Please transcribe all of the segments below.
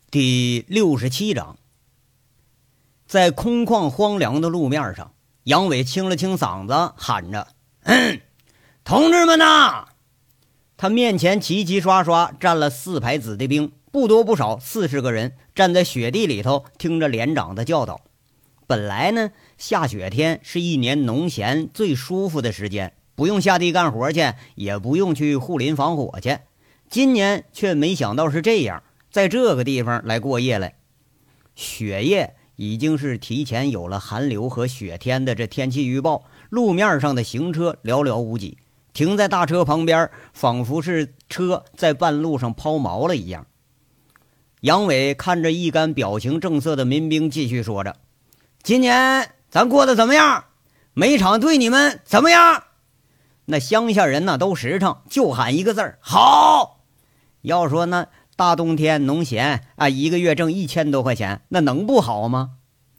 第67章，在空旷荒凉的路面上，杨伟清了清嗓子，喊着：“同志们呐！”他面前齐齐刷刷站了4排子弟兵，不多不少，40个人站在雪地里头，听着连长的教导。本来呢，下雪天是一年农闲最舒服的时间，不用下地干活去，也不用去护林防火去。今年却没想到是这样，在这个地方来过夜来。雪夜已经是提前有了寒流和雪天的这天气预报，路面上的行车寥寥无几，停在大车旁边，仿佛是车在半路上抛锚了一样。杨伟看着一干表情正色的民兵，继续说着：“今年咱过得怎么样？每场对你们怎么样？”那乡下人呢都实诚，就喊一个字儿：好。要说呢，大冬天农闲啊，一个月挣1000多块钱，那能不好吗？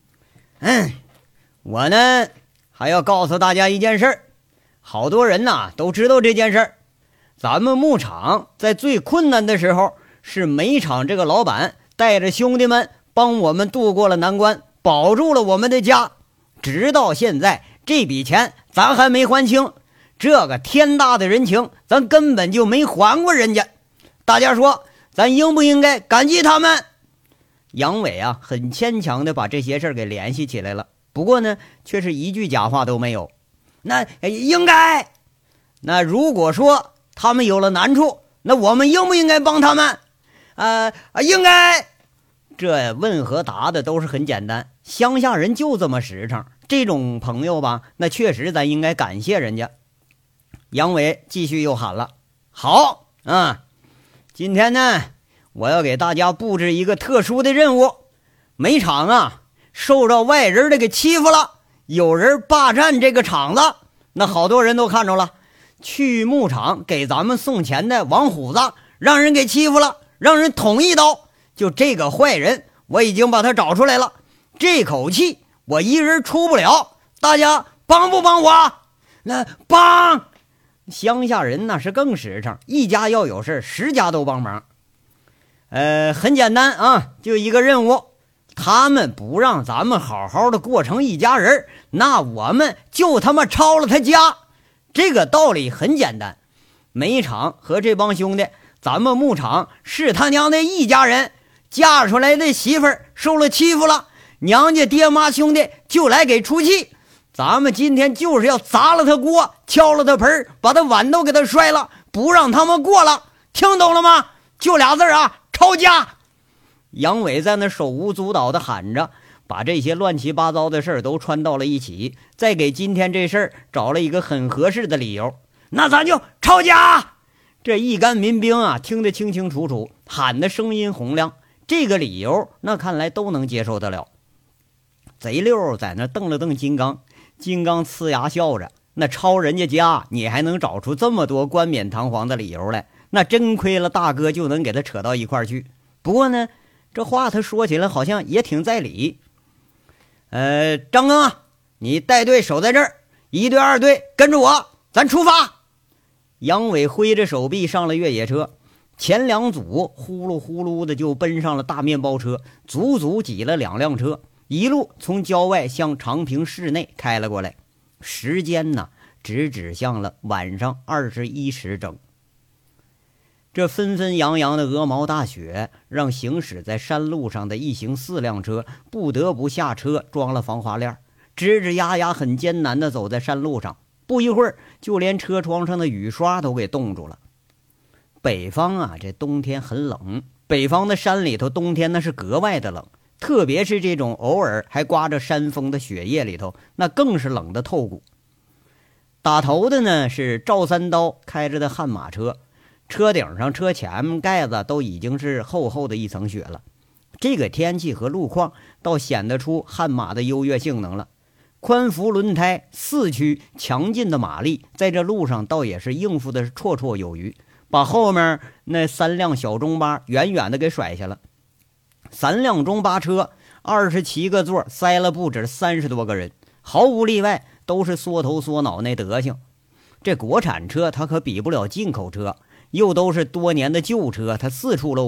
我呢还要告诉大家一件事，好多人呐都知道这件事。咱们牧场在最困难的时候，是煤厂这个老板带着兄弟们帮我们度过了难关，保住了我们的家。直到现在，这笔钱咱还没还清，这个天大的人情，咱根本就没还过人家。大家说，咱应不应该感激他们？杨伟啊，很牵强的把这些事给联系起来了。不过呢，却是一句假话都没有。那应该。那如果说他们有了难处，那我们应不应该帮他们？应该。这问和答的都是很简单，乡下人就这么实诚。这种朋友吧，那确实咱应该感谢人家。杨伟继续又喊了：“好啊！今天呢，我要给大家布置一个特殊的任务。煤厂啊，受到外人的给欺负了，有人霸占这个厂子。那好多人都看着了，去牧场给咱们送钱的王虎子，让人给欺负了，让人捅一刀。就这个坏人，我已经把他找出来了。这口气我一人出不了，大家帮不帮我？那帮！乡下人那是更实诚，一家要有事10家都帮忙。很简单啊，就一个任务，他们不让咱们好好的过成一家人，那我们就他妈抄了他家。这个道理很简单，煤厂和这帮兄弟，咱们牧场是他娘的一家人，嫁出来的媳妇儿受了欺负了，娘家爹妈兄弟就来给出气。咱们今天就是要砸了他锅，敲了他盆，把他碗都给他摔了，不让他们过了，听懂了吗？就俩字啊，抄家！杨伟在那手舞足蹈的喊着，把这些乱七八糟的事儿都串到了一起，再给今天这事儿找了一个很合适的理由。那咱就抄家！这一干民兵啊，听得清清楚楚，喊的声音洪亮，这个理由那看来都能接受得了。贼溜在那瞪了瞪金刚，金刚呲牙笑着，那抄人家家你还能找出这么多冠冕堂皇的理由来，那真亏了大哥就能给他扯到一块去。不过呢，这话他说起来好像也挺在理。张庚啊，你带队守在这儿，1队2队跟着我，咱出发。杨伟挥着手臂上了越野车，前2组呼噜呼噜的就奔上了大面包车，足足挤了2辆车，一路从郊外向长平市内开了过来。时间呢，只指向了晚上21时整。这纷纷扬扬的鹅毛大雪，让行驶在山路上的一行4辆车不得不下车装了防滑链，吱吱呀呀很艰难地走在山路上。不一会儿，就连车窗上的雨刷都给冻住了。北方啊，这冬天很冷，北方的山里头冬天那是格外的冷，特别是这种偶尔还刮着山风的雪夜里头，那更是冷得透骨。打头的呢是赵三刀开着的悍马车，车顶上车前盖子都已经是厚厚的一层雪了。这个天气和路况倒显得出悍马的优越性能了。宽幅轮胎，4驱，强劲的马力，在这路上倒也是应付的绰绰有余，把后面那3辆小中巴远远的给甩下了。3辆中巴车，27个座，塞了不止30多个人，毫无例外都是缩头缩脑那德行。这国产车它可比不了进口车，又都是多年的旧车，它四处漏风，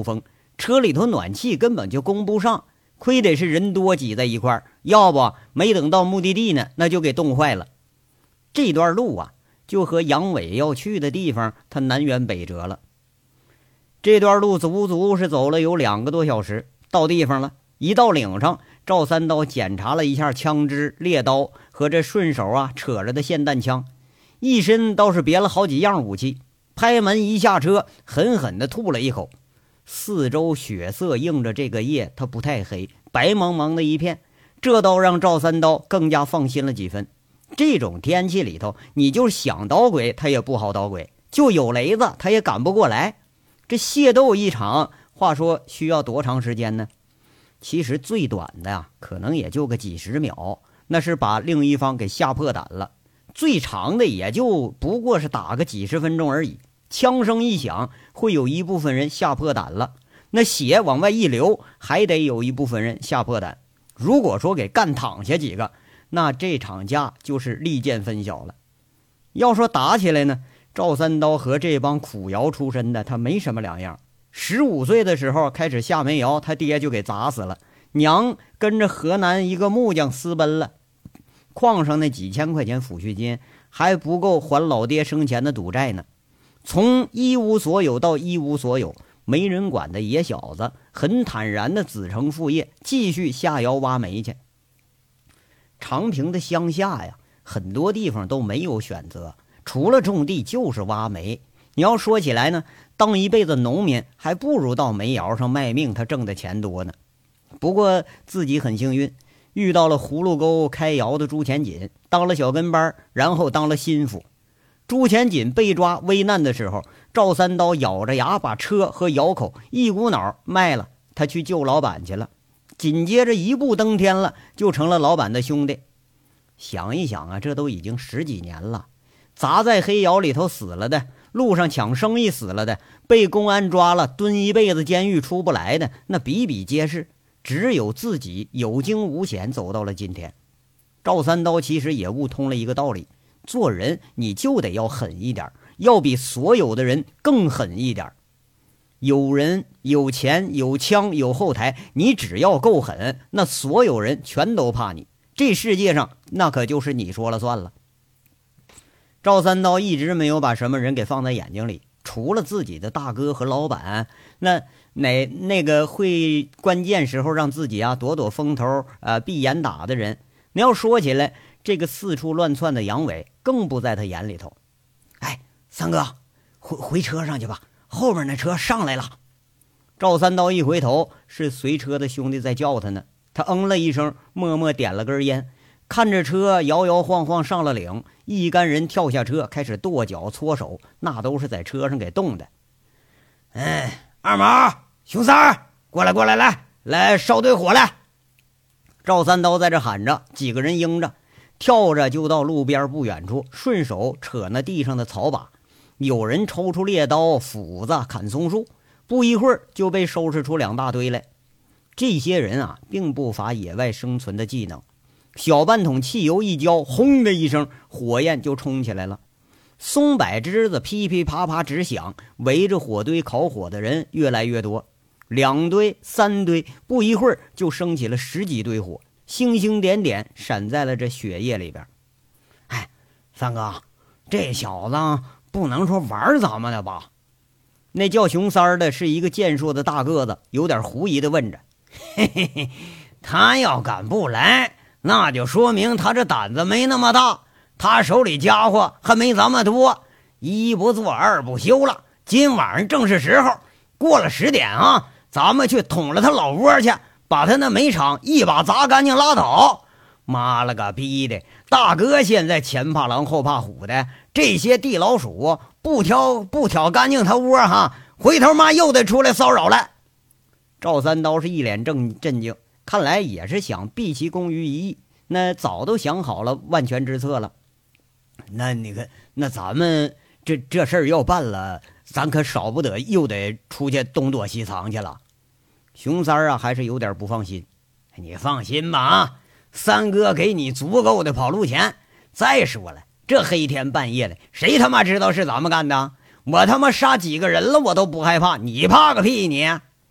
车里头暖气根本就供不上，亏得是人多挤在一块儿，要不没等到目的地呢，那就给冻坏了。这段路啊，就和杨伟要去的地方他南辕北辙了。这段路足足是走了有2个多小时，到地方了。一到岭上，赵三刀检查了一下枪支、猎刀和这顺手扯着的霰弹枪，一身倒是别了好几样武器。拍门一下车，狠狠地吐了一口。四周血色映着这个夜，它不太黑，白茫茫的一片，这倒让赵三刀更加放心了几分。这种天气里头，你就是想捣鬼他也不好捣鬼，就有雷子他也赶不过来。这械斗一场，话说需要多长时间呢？其实最短的可能也就个几十秒，那是把另一方给吓破胆了。最长的也就不过是打个几十分钟而已。枪声一响，会有一部分人吓破胆了，那血往外一流，还得有一部分人吓破胆。如果说给干躺下几个，那这场架就是利剑分晓了。要说打起来呢，赵三刀和这帮苦窑出身的他没什么两样。15岁的时候开始下煤窑，他爹就给砸死了，娘跟着河南一个木匠私奔了，矿上那几千块钱抚恤金还不够还老爹生前的赌债呢。从一无所有到一无所有，没人管的野小子很坦然的子承父业，继续下窑挖煤去。长平的乡下呀，很多地方都没有选择，除了种地就是挖煤。你要说起来呢，当一辈子农民还不如到煤窑上卖命，他挣的钱多呢。不过自己很幸运，遇到了葫芦沟开窑的朱前锦，当了小跟班，然后当了心腹。朱前锦被抓危难的时候，赵三刀咬着牙把车和窑口一股脑卖了，他去救老板去了。紧接着一步登天了，就成了老板的兄弟。想一想这都已经10几年了，砸在黑窑里头死了的，路上抢生意死了的，被公安抓了蹲一辈子监狱出不来的，那比比皆是。只有自己有惊无险走到了今天。赵三刀其实也悟通了一个道理，做人你就得要狠一点，要比所有的人更狠一点。有人有钱有枪有后台，你只要够狠，那所有人全都怕你。这世界上那可就是你说了算了。赵三刀一直没有把什么人给放在眼睛里，除了自己的大哥和老板，那个会关键时候让自己躲躲风头避严打的人。你要说起来，这个四处乱窜的杨伟更不在他眼里头。哎，三哥，回车上去吧，后面那车上来了。赵三刀一回头，是随车的兄弟在叫他呢。他了一声，默默点了根烟，看着车摇摇晃晃上了岭，一干人跳下车，开始跺脚搓手，那都是在车上给冻的。二毛、熊三儿，过来，来烧堆火来！赵三刀在这喊着，几个人应着，跳着就到路边不远处，顺手扯那地上的草把。有人抽出猎刀、斧子砍松树，不一会儿就被收拾出2大堆来。这些人并不乏野外生存的技能。小半桶汽油一浇，轰的一声，火焰就冲起来了。松柏枝子噼噼啪啪直响，围着火堆烤火的人越来越多，2堆、3堆，不一会儿就升起了10几堆火，星星点点闪在了这血液里边。哎，三哥，这小子不能说玩咱们的吧？那叫熊三儿的是一个健硕的大个子，有点狐疑的问着。嘿嘿嘿，他要敢不来，那就说明他这胆子没那么大，他手里家伙还没咱们多，一不做二不休了。今晚上正是时候，过了10点咱们去捅了他老窝去，把他那煤场一把砸干净拉倒。妈了个逼的，大哥现在前怕狼后怕虎的，这些地老鼠不挑干净他窝回头妈又得出来骚扰了。赵三刀是一脸震惊，看来也是想避其功于一役，那早都想好了万全之策了。那咱们这事儿要办了，咱可少不得又得出去东躲西藏去了。熊三儿还是有点不放心。你放心吧三哥给你足够的跑路钱。再说了，这黑天半夜的，谁他妈知道是咱们干的？我他妈杀几个人了我都不害怕，你怕个屁你！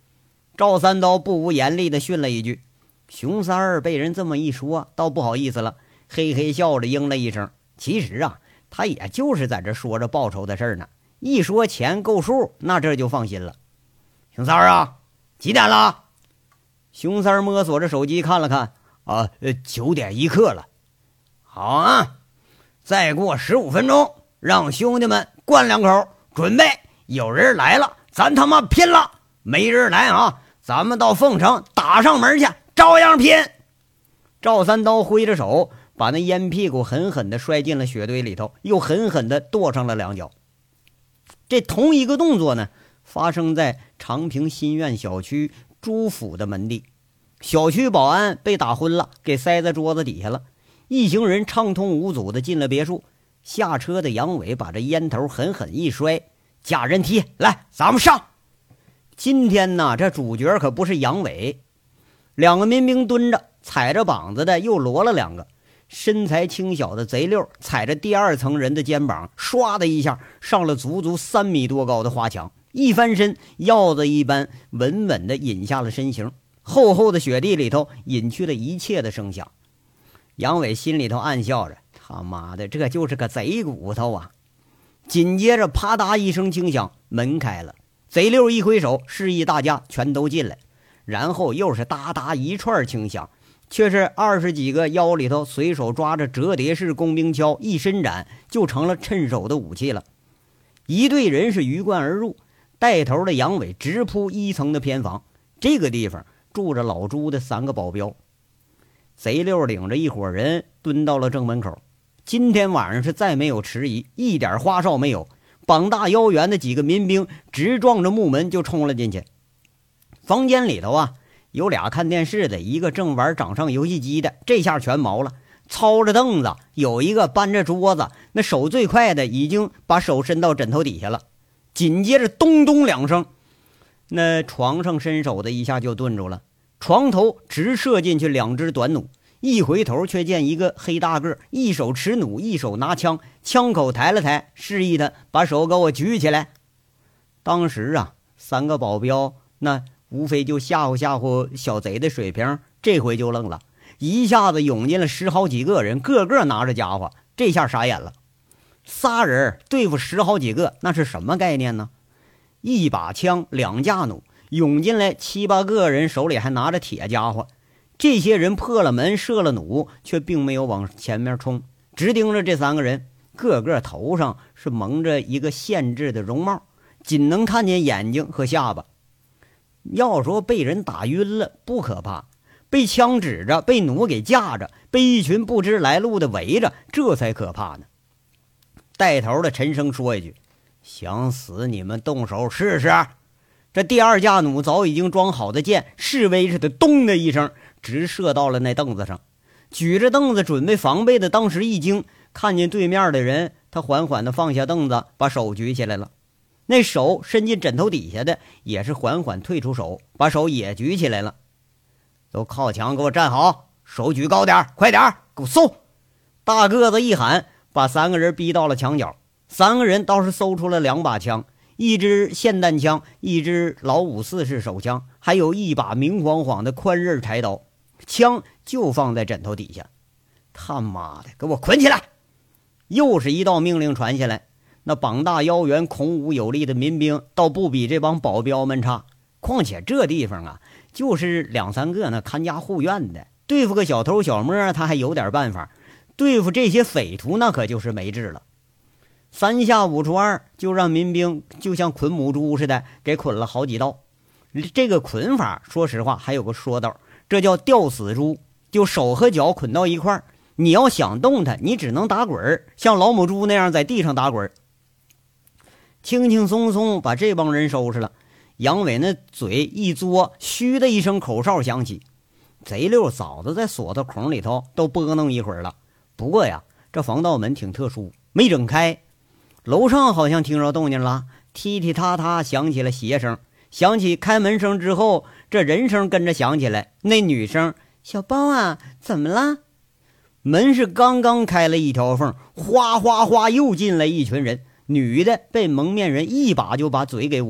赵三刀不无严厉地训了一句。熊三儿被人这么一说，倒不好意思了，嘿嘿笑着应了一声。其实啊，他也就是在这说着报仇的事儿呢，一说钱够数，那这就放心了。熊三儿啊，几点了？熊三儿摸索着手机看了看，9点1刻了。好啊，再过15分钟，让兄弟们灌2口，准备，有人来了，咱他妈拼了！没人来啊，咱们到凤城打上门去，照样拼！赵三刀挥着手，把那烟屁股狠狠地摔进了雪堆里头，又狠狠地跺上了2脚。这同一个动作呢，发生在长平新苑小区朱府的门第。小区保安被打昏了，给塞在桌子底下了。一行人畅通无阻地进了别墅。下车的杨伟把这烟头狠狠一摔，架人梯，来，咱们上。今天呢，这主角可不是杨伟。2个民兵蹲着，踩着膀子的又摞了2个。身材轻小的贼六踩着第2层人的肩膀，唰的一下上了足足3米多高的花墙，一翻身，鹞子一般稳稳地引下了身形。厚厚的雪地里头隐去了一切的声响。杨伟心里头暗笑着，他妈的，这就是个贼骨头啊！紧接着啪嗒一声轻响，门开了。贼六一挥手，示意大家全都进来，然后又是哒哒一串轻响，却是20几个腰里头随手抓着折叠式工兵锹，一伸展就成了趁手的武器了。一队人是鱼贯而入，带头的杨伟直扑1层的偏房。这个地方住着老朱的3个保镖。贼六领着一伙人蹲到了正门口。今天晚上是再没有迟疑，一点花哨没有。膀大腰圆的几个民兵直撞着木门就冲了进去。房间里头啊，有俩看电视的，一个正玩掌上游戏机的，这下全毛了，操着凳子，有一个搬着桌子，那手最快的已经把手伸到枕头底下了。紧接着咚咚2声，那床上伸手的一下就顿住了，床头直射进去2只短弩，一回头却见一个黑大个，一手持弩，一手拿枪，枪口抬了抬，示意他把手给我举起来。当时啊，3个保镖那无非就吓唬吓唬小贼的水平，这回就愣了，一下子涌进了10好几个人，个个拿着家伙，这下傻眼了。仨人对付10好几个，那是什么概念呢？一把枪2架弩，涌进来7、8个人，手里还拿着铁家伙。这些人破了门，射了弩，却并没有往前面冲，直盯着这3个人，个个头上是蒙着一个限制的绒帽，仅能看见眼睛和下巴。要说被人打晕了不可怕，被枪指着，被弩给架着，被一群不知来路的围着，这才可怕呢。带头的沉声说一句，想死你们动手试试。这第2架弩早已经装好的箭，示威似的咚的一声直射到了那凳子上。举着凳子准备防备的当时一惊，看见对面的人，他缓缓地放下凳子，把手举起来了。那手伸进枕头底下的也是缓缓退出手，把手也举起来了。都靠墙给我站好，手举高点，快点，给我搜！大个子一喊，把3个人逼到了墙角。3个人倒是搜出了2把枪，一支霰弹枪，一支老5.4式手枪，还有一把明晃晃的宽刃柴刀，枪就放在枕头底下。他妈的，给我捆起来！又是一道命令传下来。那膀大腰圆、孔武有力的民兵倒不比这帮保镖们差，况且这地方啊，就是2、3个那看家护院的，对付个小偷小摸他还有点办法，对付这些匪徒那可就是没治了。3下5除2，就让民兵就像捆母猪似的给捆了好几道。这个捆法说实话还有个说道，这叫吊死猪，就手和脚捆到一块儿，你要想动它，你只能打滚，像老母猪那样在地上打滚。轻轻松松把这帮人收拾了。杨伟那嘴一嘬，嘘的一声口哨响起。贼六早就在锁的孔里头都拨弄一会儿了，不过呀，这防盗门挺特殊，没整开。楼上好像听着动静了，踢踢踏踏响起了鞋声，响起开门声之后，这人声跟着响起来。那女声，小包啊，怎么了？门是刚刚开了一条缝，哗哗哗又进来一群人。女的被蒙面人一把就把嘴给捂住了，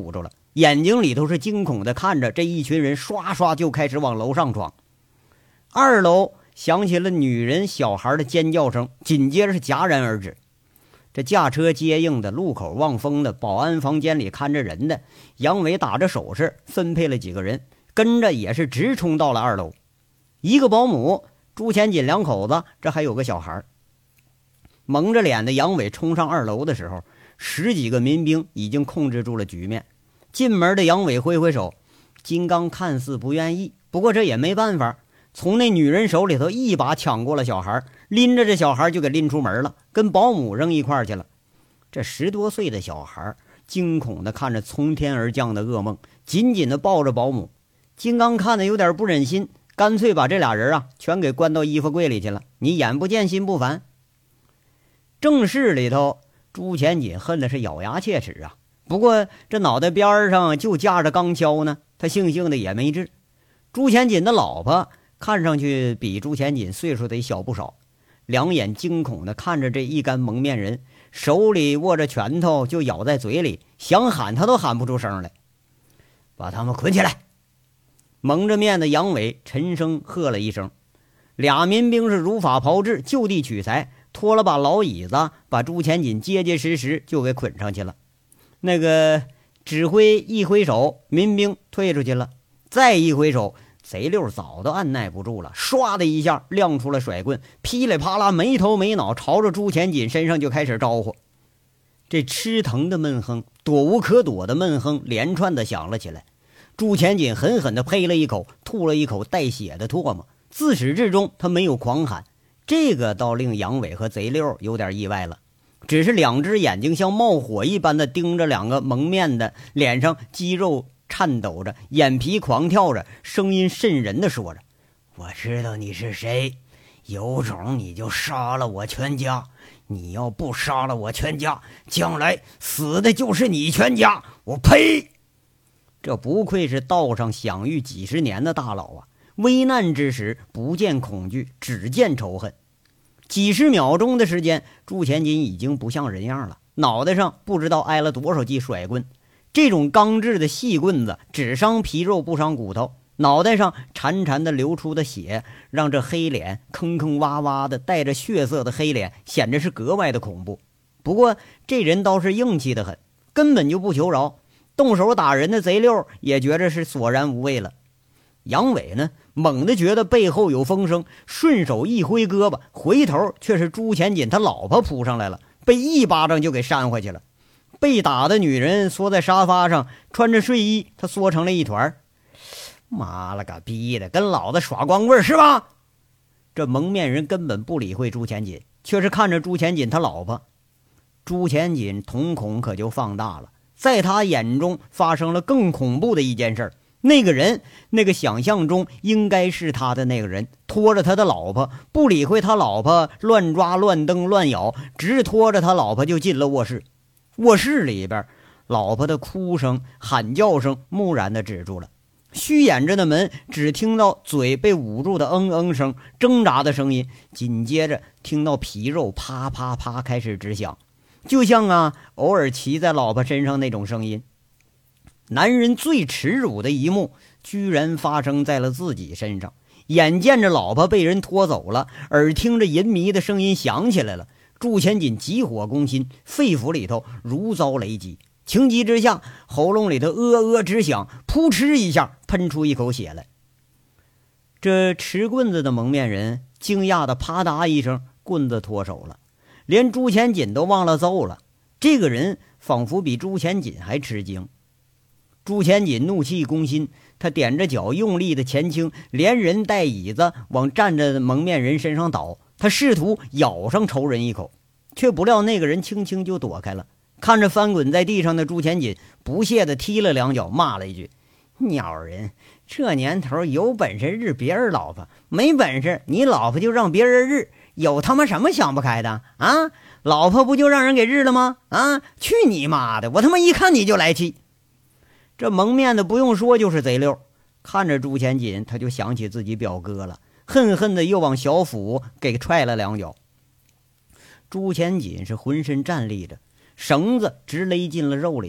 眼睛里头是惊恐的看着这一群人刷刷就开始往楼上闯。2楼响起了女人小孩的尖叫声，紧接着是戛然而止。这驾车接应的、路口望风的、保安房间里看着人的，杨伟打着手势分配了几个人，跟着也是直冲到了2楼。一个保姆，朱前锦2口子，这还有个小孩。蒙着脸的杨伟冲上2楼的时候，10几个民兵已经控制住了局面。进门的杨伟挥挥手，金刚看似不愿意，不过这也没办法，从那女人手里头一把抢过了小孩，拎着这小孩就给拎出门了，跟保姆扔一块去了。这10多岁的小孩惊恐地看着从天而降的噩梦，紧紧地抱着保姆。金刚看得有点不忍心，干脆把这俩人全给关到衣服柜里去了，你眼不见心不烦。正室里头，朱前锦恨的是咬牙切齿啊，不过这脑袋边上就架着钢锹呢，他悻悻的也没治。朱前锦的老婆看上去比朱前锦岁数得小不少，两眼惊恐的看着这一干蒙面人，手里握着拳头就咬在嘴里，想喊他都喊不出声来。把他们捆起来！蒙着面的杨伟沉声喝了一声，俩民兵是如法炮制，就地取材，拖了把老椅子，把朱前锦结结实实就给捆上去了。那个指挥一挥手，民兵退出去了，再一挥手，贼溜早都按耐不住了，唰的一下亮出了甩棍，噼里啪啦没头没脑朝着朱前锦身上就开始招呼。这吃疼的闷哼，躲无可躲的闷哼连串的响了起来。朱前锦狠狠地呸了一口，吐了一口带血的唾沫，自始至终他没有狂喊，这个倒令杨伟和贼溜有点意外了，只是2只眼睛像冒火一般的盯着2个蒙面的，脸上肌肉颤抖着，眼皮狂跳着，声音瘆人的说着：我知道你是谁，有种你就杀了我全家，你要不杀了我全家，将来死的就是你全家，我呸！这不愧是道上享誉几十年的大佬啊，危难之时不见恐惧，只见仇恨。几十秒钟的时间，朱前锦已经不像人样了，脑袋上不知道挨了多少记甩棍，这种钢制的细棍子只伤皮肉不伤骨头，脑袋上潺潺的流出的血让这黑脸坑坑洼洼的带着血色的黑脸显得是格外的恐怖。不过这人倒是硬气的很，根本就不求饶，动手打人的贼溜也觉着是索然无味了。杨伟呢，猛地觉得背后有风声，顺手一挥胳膊，回头却是朱前锦他老婆扑上来了，被一巴掌就给扇回去了。被打的女人缩在沙发上，穿着睡衣，她缩成了一团。妈了个逼的，跟老子耍光棍是吧？这蒙面人根本不理会朱前锦，却是看着朱前锦他老婆。朱前锦瞳孔可就放大了，在他眼中发生了更恐怖的一件事，那个人，那个想象中应该是他的那个人，拖着他的老婆，不理会他老婆乱抓乱蹬乱咬，直拖着他老婆就进了卧室。卧室里边，老婆的哭声喊叫声蓦然的止住了，虚掩着的门只听到嘴被捂住的声，挣扎的声音，紧接着听到皮肉啪啪啪开始直响，就像偶尔骑在老婆身上那种声音。男人最耻辱的一幕居然发生在了自己身上，眼见着老婆被人拖走了，耳听着淫靡的声音响起来了，朱前锦急火攻心，肺腑里头如遭雷击，情急之下喉咙里头直响，扑哧一下喷出一口血来。这持棍子的蒙面人惊讶的啪嗒一声，棍子脱手了，连朱前锦都忘了揍了。这个人仿佛比朱前锦还吃惊。朱前锦怒气攻心，他踮着脚用力的前倾，连人带椅子往站着的蒙面人身上倒，他试图咬上仇人一口，却不料那个人轻轻就躲开了。看着翻滚在地上的朱前锦，不屑地踢了2脚，骂了一句：鸟人，这年头有本事日别人老婆，没本事你老婆就让别人日，有他妈什么想不开的啊？老婆不就让人给日了吗？去你妈的，我他妈一看你就来气。这蒙面的不用说就是贼溜，看着朱前锦他就想起自己表哥了，恨恨的又往小腹给踹了2脚。朱前锦是浑身站立着，绳子直勒进了肉里头，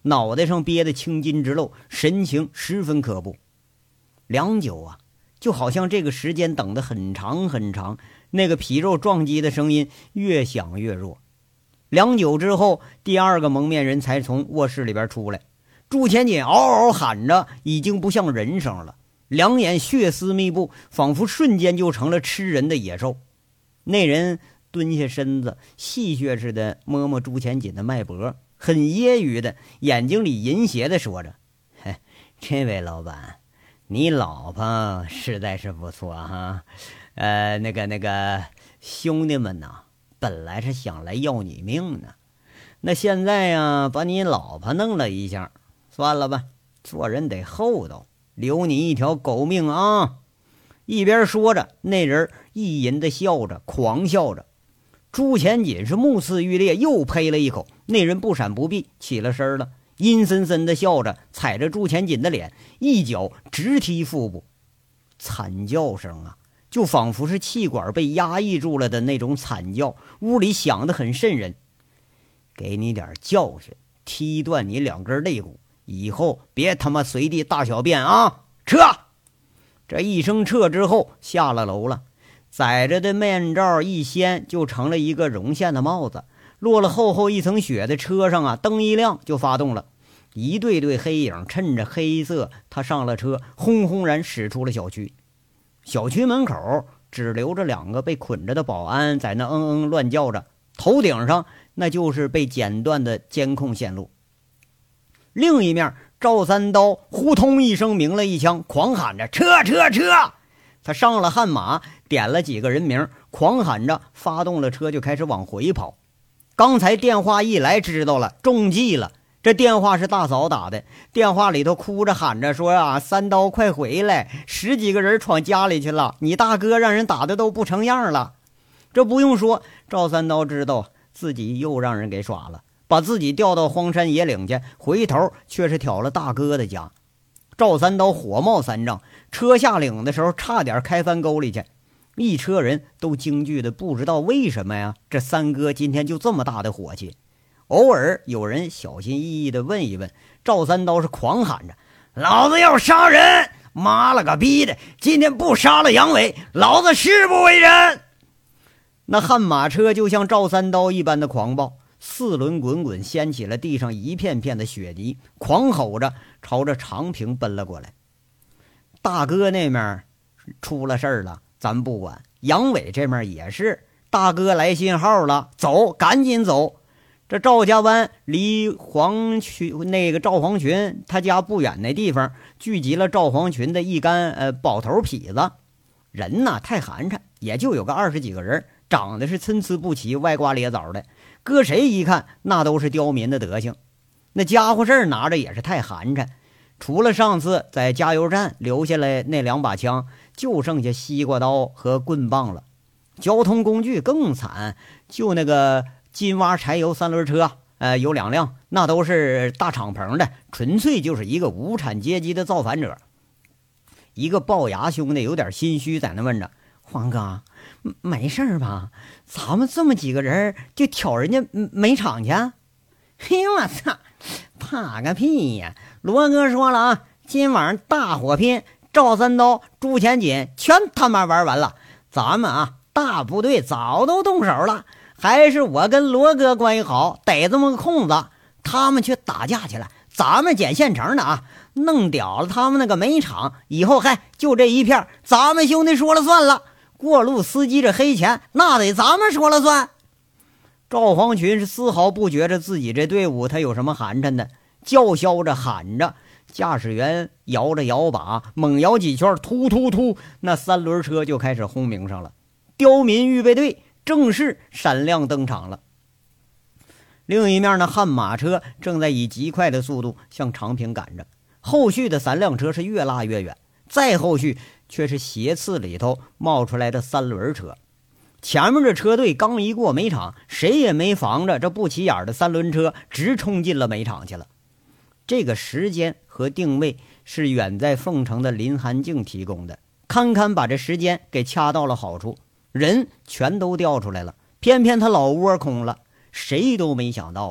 脑袋上憋得青筋直漏，神情十分可怖。良久啊，就好像这个时间等得很长很长，那个皮肉撞击的声音越响越弱。良久之后，第二个蒙面人才从卧室里边出来。朱前锦嗷嗷喊着，已经不像人声了，两眼血丝密布，仿佛瞬间就成了吃人的野兽。那人蹲下身子，戏谑似的摸摸朱前锦的脉搏，很揶揄的，眼睛里淫邪的说着：“嘿，这位老板，你老婆实在是不错哈。那个兄弟们呐，本来是想来要你命呢，那现在呀，把你老婆弄了一下，算了吧，做人得厚道，留你一条狗命啊！”一边说着，那人意淫的笑着，狂笑着。朱前锦是目眦欲裂，又呸了一口。那人不闪不避，起了身了，阴森森的笑着，踩着朱前锦的脸，一脚直踢腹部。惨叫声啊，就仿佛是气管被压抑住了的那种惨叫，屋里响得很瘆人。给你点教训，踢断你2根肋骨，以后别他妈随地大小便啊！撤！这一声撤之后，下了楼了。载着的面罩一掀，就成了一个绒线的帽子。落了厚厚一层雪的车上啊，灯一亮就发动了。一对对黑影趁着黑色，他上了车，轰轰然驶出了小区。小区门口只留着2个被捆着的保安在那乱叫着，头顶上那就是被剪断的监控线路。另一面，赵三刀呼通一声鸣了一枪，狂喊着撤撤撤！他上了悍马，点了几个人名，狂喊着发动了车，就开始往回跑。刚才电话一来，知道了，中计了。这电话是大嫂打的，电话里头哭着喊着说啊，三刀快回来，10几个人闯家里去了，你大哥让人打的都不成样了。这不用说，赵三刀知道自己又让人给耍了，把自己调到荒山野岭去，回头却是挑了大哥的家。赵三刀火冒三丈，车下岭的时候差点开翻沟里去，一车人都惊惧的不知道为什么呀，这三哥今天就这么大的火气。偶尔有人小心翼翼的问一问，赵三刀是狂喊着，老子要杀人，妈了个逼的，今天不杀了杨伟，老子誓不为人。那悍马车就像赵三刀一般的狂暴，4轮滚滚掀起了地上一片片的雪泥，狂吼着朝着长平奔了过来。大哥那面出了事儿了，咱不管，杨伟这面也是，大哥来信号了，走，赶紧走。这赵家湾离赵黄群他家不远那地方，聚集了赵黄群的一干包头痞子，人呐太寒碜，也就有个20几个人，长得是参差不齐，歪瓜裂枣的，搁谁一看那都是刁民的德行。那家伙事儿拿着也是太寒碜，除了上次在加油站留下来那2把枪，就剩下西瓜刀和棍棒了。交通工具更惨，就那个金蛙柴油3轮车，有2辆，那都是大敞篷的，纯粹就是一个无产阶级的造反者。一个龅牙兄弟有点心虚，在那问着，黄哥，没事吧？咱们这么几个人就挑人家煤厂去？嘿，我操，怕个屁呀！罗哥说了啊，今晚上大火拼，赵三刀、朱前锦全他妈玩完了，咱们啊大部队早都动手了，还是我跟罗哥关系好，逮这么个空子，他们去打架去了，咱们捡现成的啊，弄屌了他们那个煤厂，以后还就这一片，咱们兄弟说了算了。过路司机这黑钱，那得咱们说了算。赵黄群是丝毫不觉着自己这队伍他有什么寒碜的，叫嚣着喊着，驾驶员摇着摇把，猛摇几圈，突突突，那3轮车就开始轰鸣上了。刁民预备队正式闪亮登场了。另一面呢，悍马车正在以极快的速度向长平赶着，后续的3辆车是越拉越远，再后续却是斜刺里头冒出来的3轮车。前面这车队刚一过煤厂，谁也没防着，这不起眼的3轮车直冲进了煤厂去了。这个时间和定位是远在凤城的林寒静提供的，堪堪把这时间给掐到了好处，人全都调出来了，偏偏他老窝空了。谁都没想到啊，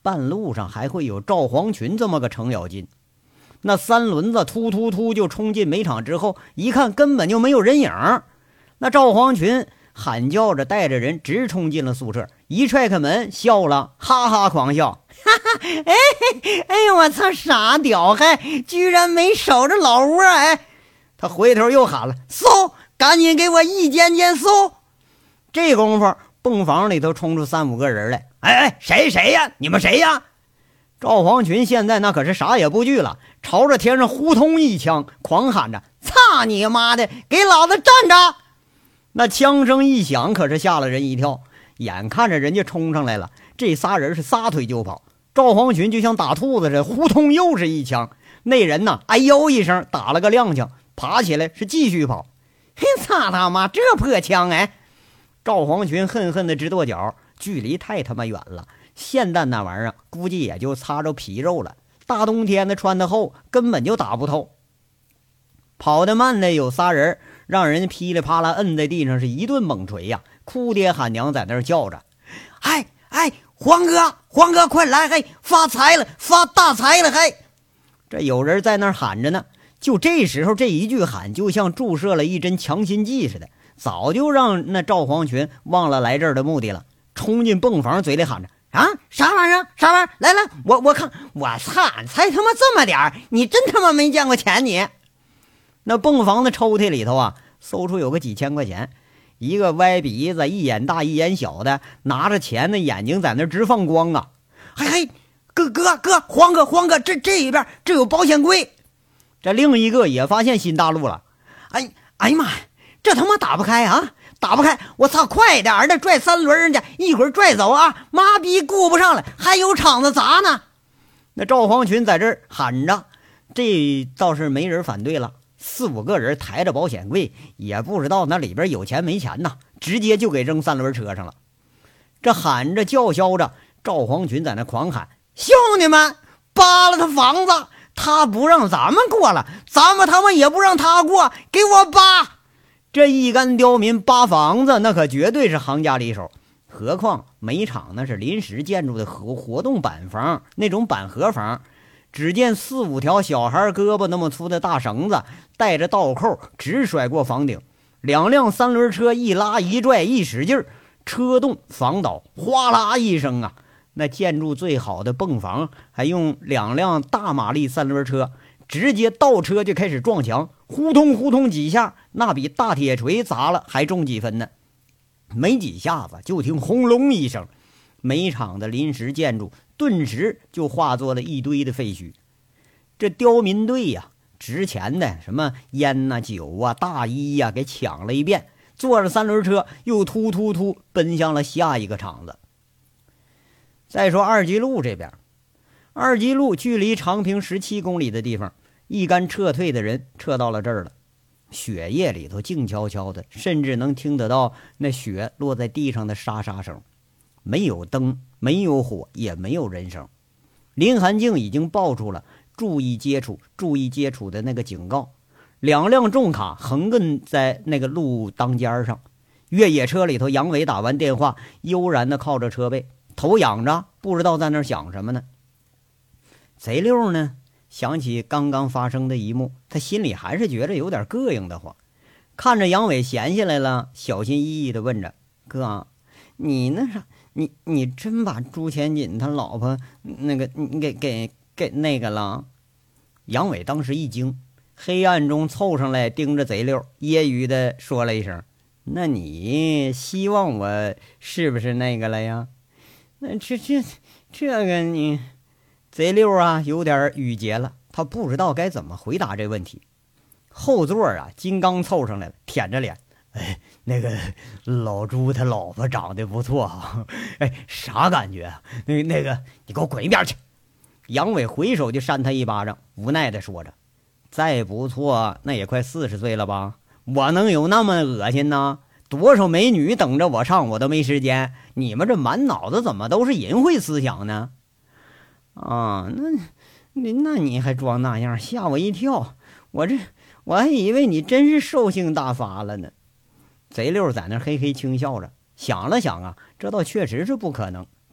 半路上还会有赵黄群这么个程咬金。那三轮子突突突就冲进煤场之后，一看根本就没有人影。那赵黄群喊叫着带着人直冲进了宿舍，一踹开门笑了，哈哈狂笑，哈哈，哎呦我操，傻屌还居然没守着老窝。哎，他回头又喊了，搜，赶紧给我一间间搜。这功夫泵房里头冲出3、5个人来，哎，谁呀？你们谁呀？赵黄群现在那可是啥也不惧了，朝着天上呼通一枪，狂喊着，操你妈的，给老子站着！那枪声一响，可是吓了人一跳，眼看着人家冲上来了，这仨人是撒腿就跑。赵黄群就像打兔子似的，呼通又是一枪，那人呢哎呦一声打了个踉跄，爬起来是继续跑。嘿，操他妈，这破枪！哎，赵黄群恨恨的直跺脚，距离太他妈远了，霰弹那玩意儿估计也就擦着皮肉了，大冬天的穿的厚，根本就打不透。跑得慢的有仨人，让人噼里啪啦摁在地上是一顿猛锤呀，哭爹喊娘在那儿叫着，哎，黄哥快来，嘿，发财了，发大财了，嘿！这有人在那儿喊着呢。就这时候这一句喊就像注射了一针强心剂似的，早就让那赵黄群忘了来这儿的目的了，冲进泵房嘴里喊着，啊，啥玩意儿？来，我看，我操，才他妈这么点儿，你真他妈没见过钱你！那泵房的抽屉里头啊，搜出有个几千块钱，一个歪鼻子一眼大一眼小的拿着钱的眼睛在那直放光啊！嘿，哥，黄哥，这一边这有保险柜。这另一个也发现新大陆了，哎呀妈呀，这他妈打不开啊！打不开！我操，快点的拽3轮人家，一会儿拽走啊！妈逼顾不上了，还有场子砸呢。那赵黄群在这儿喊着，这倒是没人反对了。4、5个人抬着保险柜，也不知道那里边有钱没钱呐，直接就给扔3轮车上了。这喊着叫嚣着，赵黄群在那狂喊：“兄弟们，扒了他房子！他不让咱们过了，咱们他妈也不让他过，给我扒！”这一干刁民扒房子，那可绝对是行家里手。何况煤场那是临时建筑的活动板房，那种板盒房。只见4、5条小孩胳膊那么粗的大绳子，带着倒扣直甩过房顶，2辆3轮车一拉一拽一使劲，车动房倒，哗啦一声啊！那建筑最好的泵房还用2辆大马力3轮车直接倒车就开始撞墙，呼通几下，那比大铁锤砸了还重几分呢。没几下子就听轰隆一声，煤场的临时建筑顿时就化作了一堆的废墟。这刁民队呀，值钱的什么烟啊酒啊大衣呀给抢了一遍，坐着3轮车又突奔向了下一个场子。再说二级路这边，二级路距离长平17公里的地方，一干撤退的人撤到了这儿了。雪夜里头静悄悄的，甚至能听得到那雪落在地上的沙沙声。没有灯，没有火，也没有人声。林寒静已经报出了注意接触的那个警告。2辆重卡横亘在那个路当间上。越野车里头，杨伟打完电话，悠然地靠着车背，头仰着，不知道在那儿想什么呢。贼溜呢，想起刚刚发生的一幕，他心里还是觉得有点膈应的慌。看着杨伟闲下来了，小心翼翼地问着：“哥，你那啥，你真把朱前锦他老婆那个给那个了？”杨伟当时一惊，黑暗中凑上来盯着贼溜，揶揄地说了一声：“那你希望我是不是那个了呀？”那这个你贼溜啊，有点语结了，他不知道该怎么回答这问题。后座啊，金刚凑上来了，舔着脸：“哎，那个老朱他老婆长得不错啊，哎，啥感觉啊？那个，你给我滚一边去！”杨伟回手就扇他一巴掌，无奈地说着：“再不错，那也快40岁了吧？我能有那么恶心呢？多少美女等着我上，我都没时间。你们这满脑子怎么都是淫秽思想呢？”啊，那你还装那样，吓我一跳！我还以为你真是兽性大发了呢。贼溜在那嘿嘿轻笑着，想了想啊，这倒确实是不可能。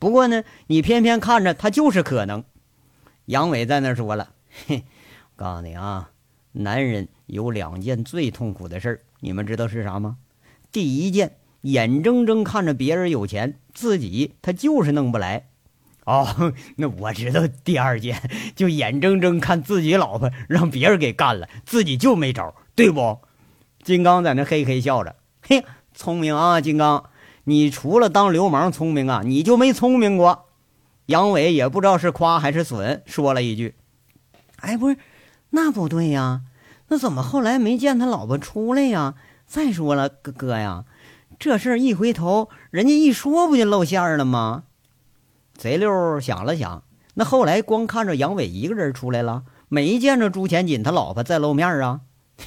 不过呢，你偏偏看着他就是可能。杨伟在那说了，嘿，我告诉你啊，男人有2件最痛苦的事儿，你们知道是啥吗？第一件，眼睁睁看着别人有钱，自己他就是弄不来。哦，那我知道第2件，就眼睁睁看自己老婆让别人给干了，自己就没招，对不？金刚在那嘿嘿笑着，嘿，聪明啊，金刚，你除了当流氓聪明啊，你就没聪明过。杨伟也不知道是夸还是损，说了一句：“哎，不是，那不对呀，那怎么后来没见他老婆出来呀？再说了，哥呀，这事儿一回头，人家一说不就露馅了吗？”贼溜想了想，那后来光看着杨伟一个人出来了，没见着朱钱锦他老婆再露面啊。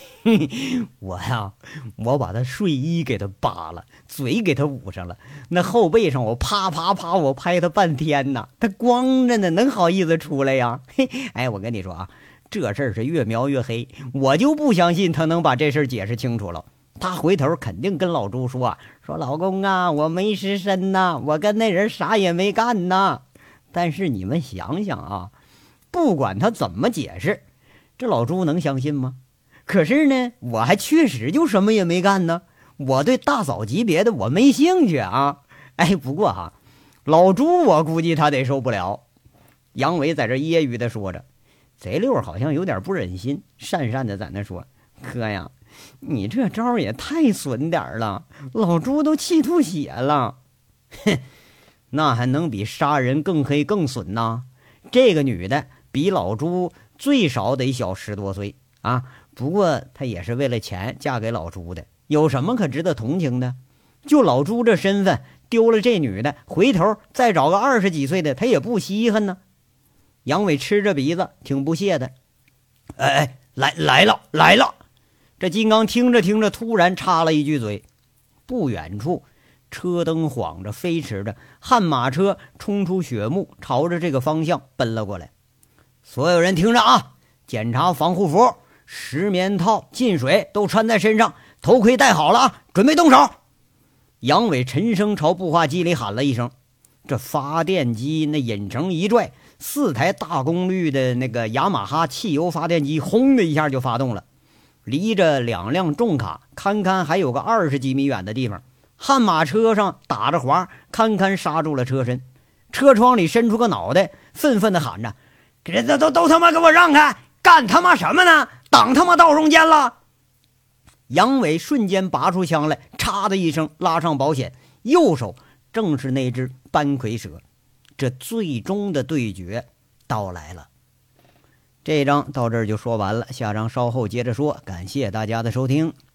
我把他睡衣给他扒了，嘴给他捂上了，那后背上我啪啪啪我拍他半天呢，他光着呢，能好意思出来呀？哎，我跟你说啊，这事儿是越描越黑，我就不相信他能把这事儿解释清楚了。他回头肯定跟老朱说老公啊，我没失身呐，我跟那人啥也没干呐。但是你们想想啊，不管他怎么解释，这老朱能相信吗？可是呢，我还确实就什么也没干呢，我对大嫂级别的我没兴趣啊。哎，不过哈，老朱我估计他得受不了。杨伟在这揶揄的说着，贼溜好像有点不忍心，讪讪的在那说，哥呀，你这招也太损点了，老朱都气吐血了。哼，那还能比杀人更黑更损呐？这个女的比老朱最少得小10多岁啊，不过她也是为了钱嫁给老朱的，有什么可值得同情的？就老朱这身份，丢了这女的，回头再找个20几岁的，他也不稀罕呢。杨伟吃着鼻子，挺不屑的。哎，来了！这金刚听着听着，突然插了一句嘴。不远处，车灯晃着，飞驰着，悍马车冲出雪幕，朝着这个方向奔了过来。所有人听着啊，检查防护服，石棉套、进水都穿在身上，头盔戴好了啊，准备动手。杨伟沉声朝步话机里喊了一声，这发电机那引擎一拽，4台大功率的那个雅马哈汽油发电机轰的一下就发动了。离着2辆重卡堪堪还有个20几米远的地方，悍马车上打着滑，堪堪刹住了车身。车窗里伸出个脑袋，愤愤地喊着，这都他妈给我让开，干他妈什么呢？挡他妈道中间了！杨伟瞬间拔出枪来，嚓的一声拉上保险，右手正是那只斑魁蛇。这最终的对决到来了。这一章到这儿就说完了，下章稍后接着说。感谢大家的收听。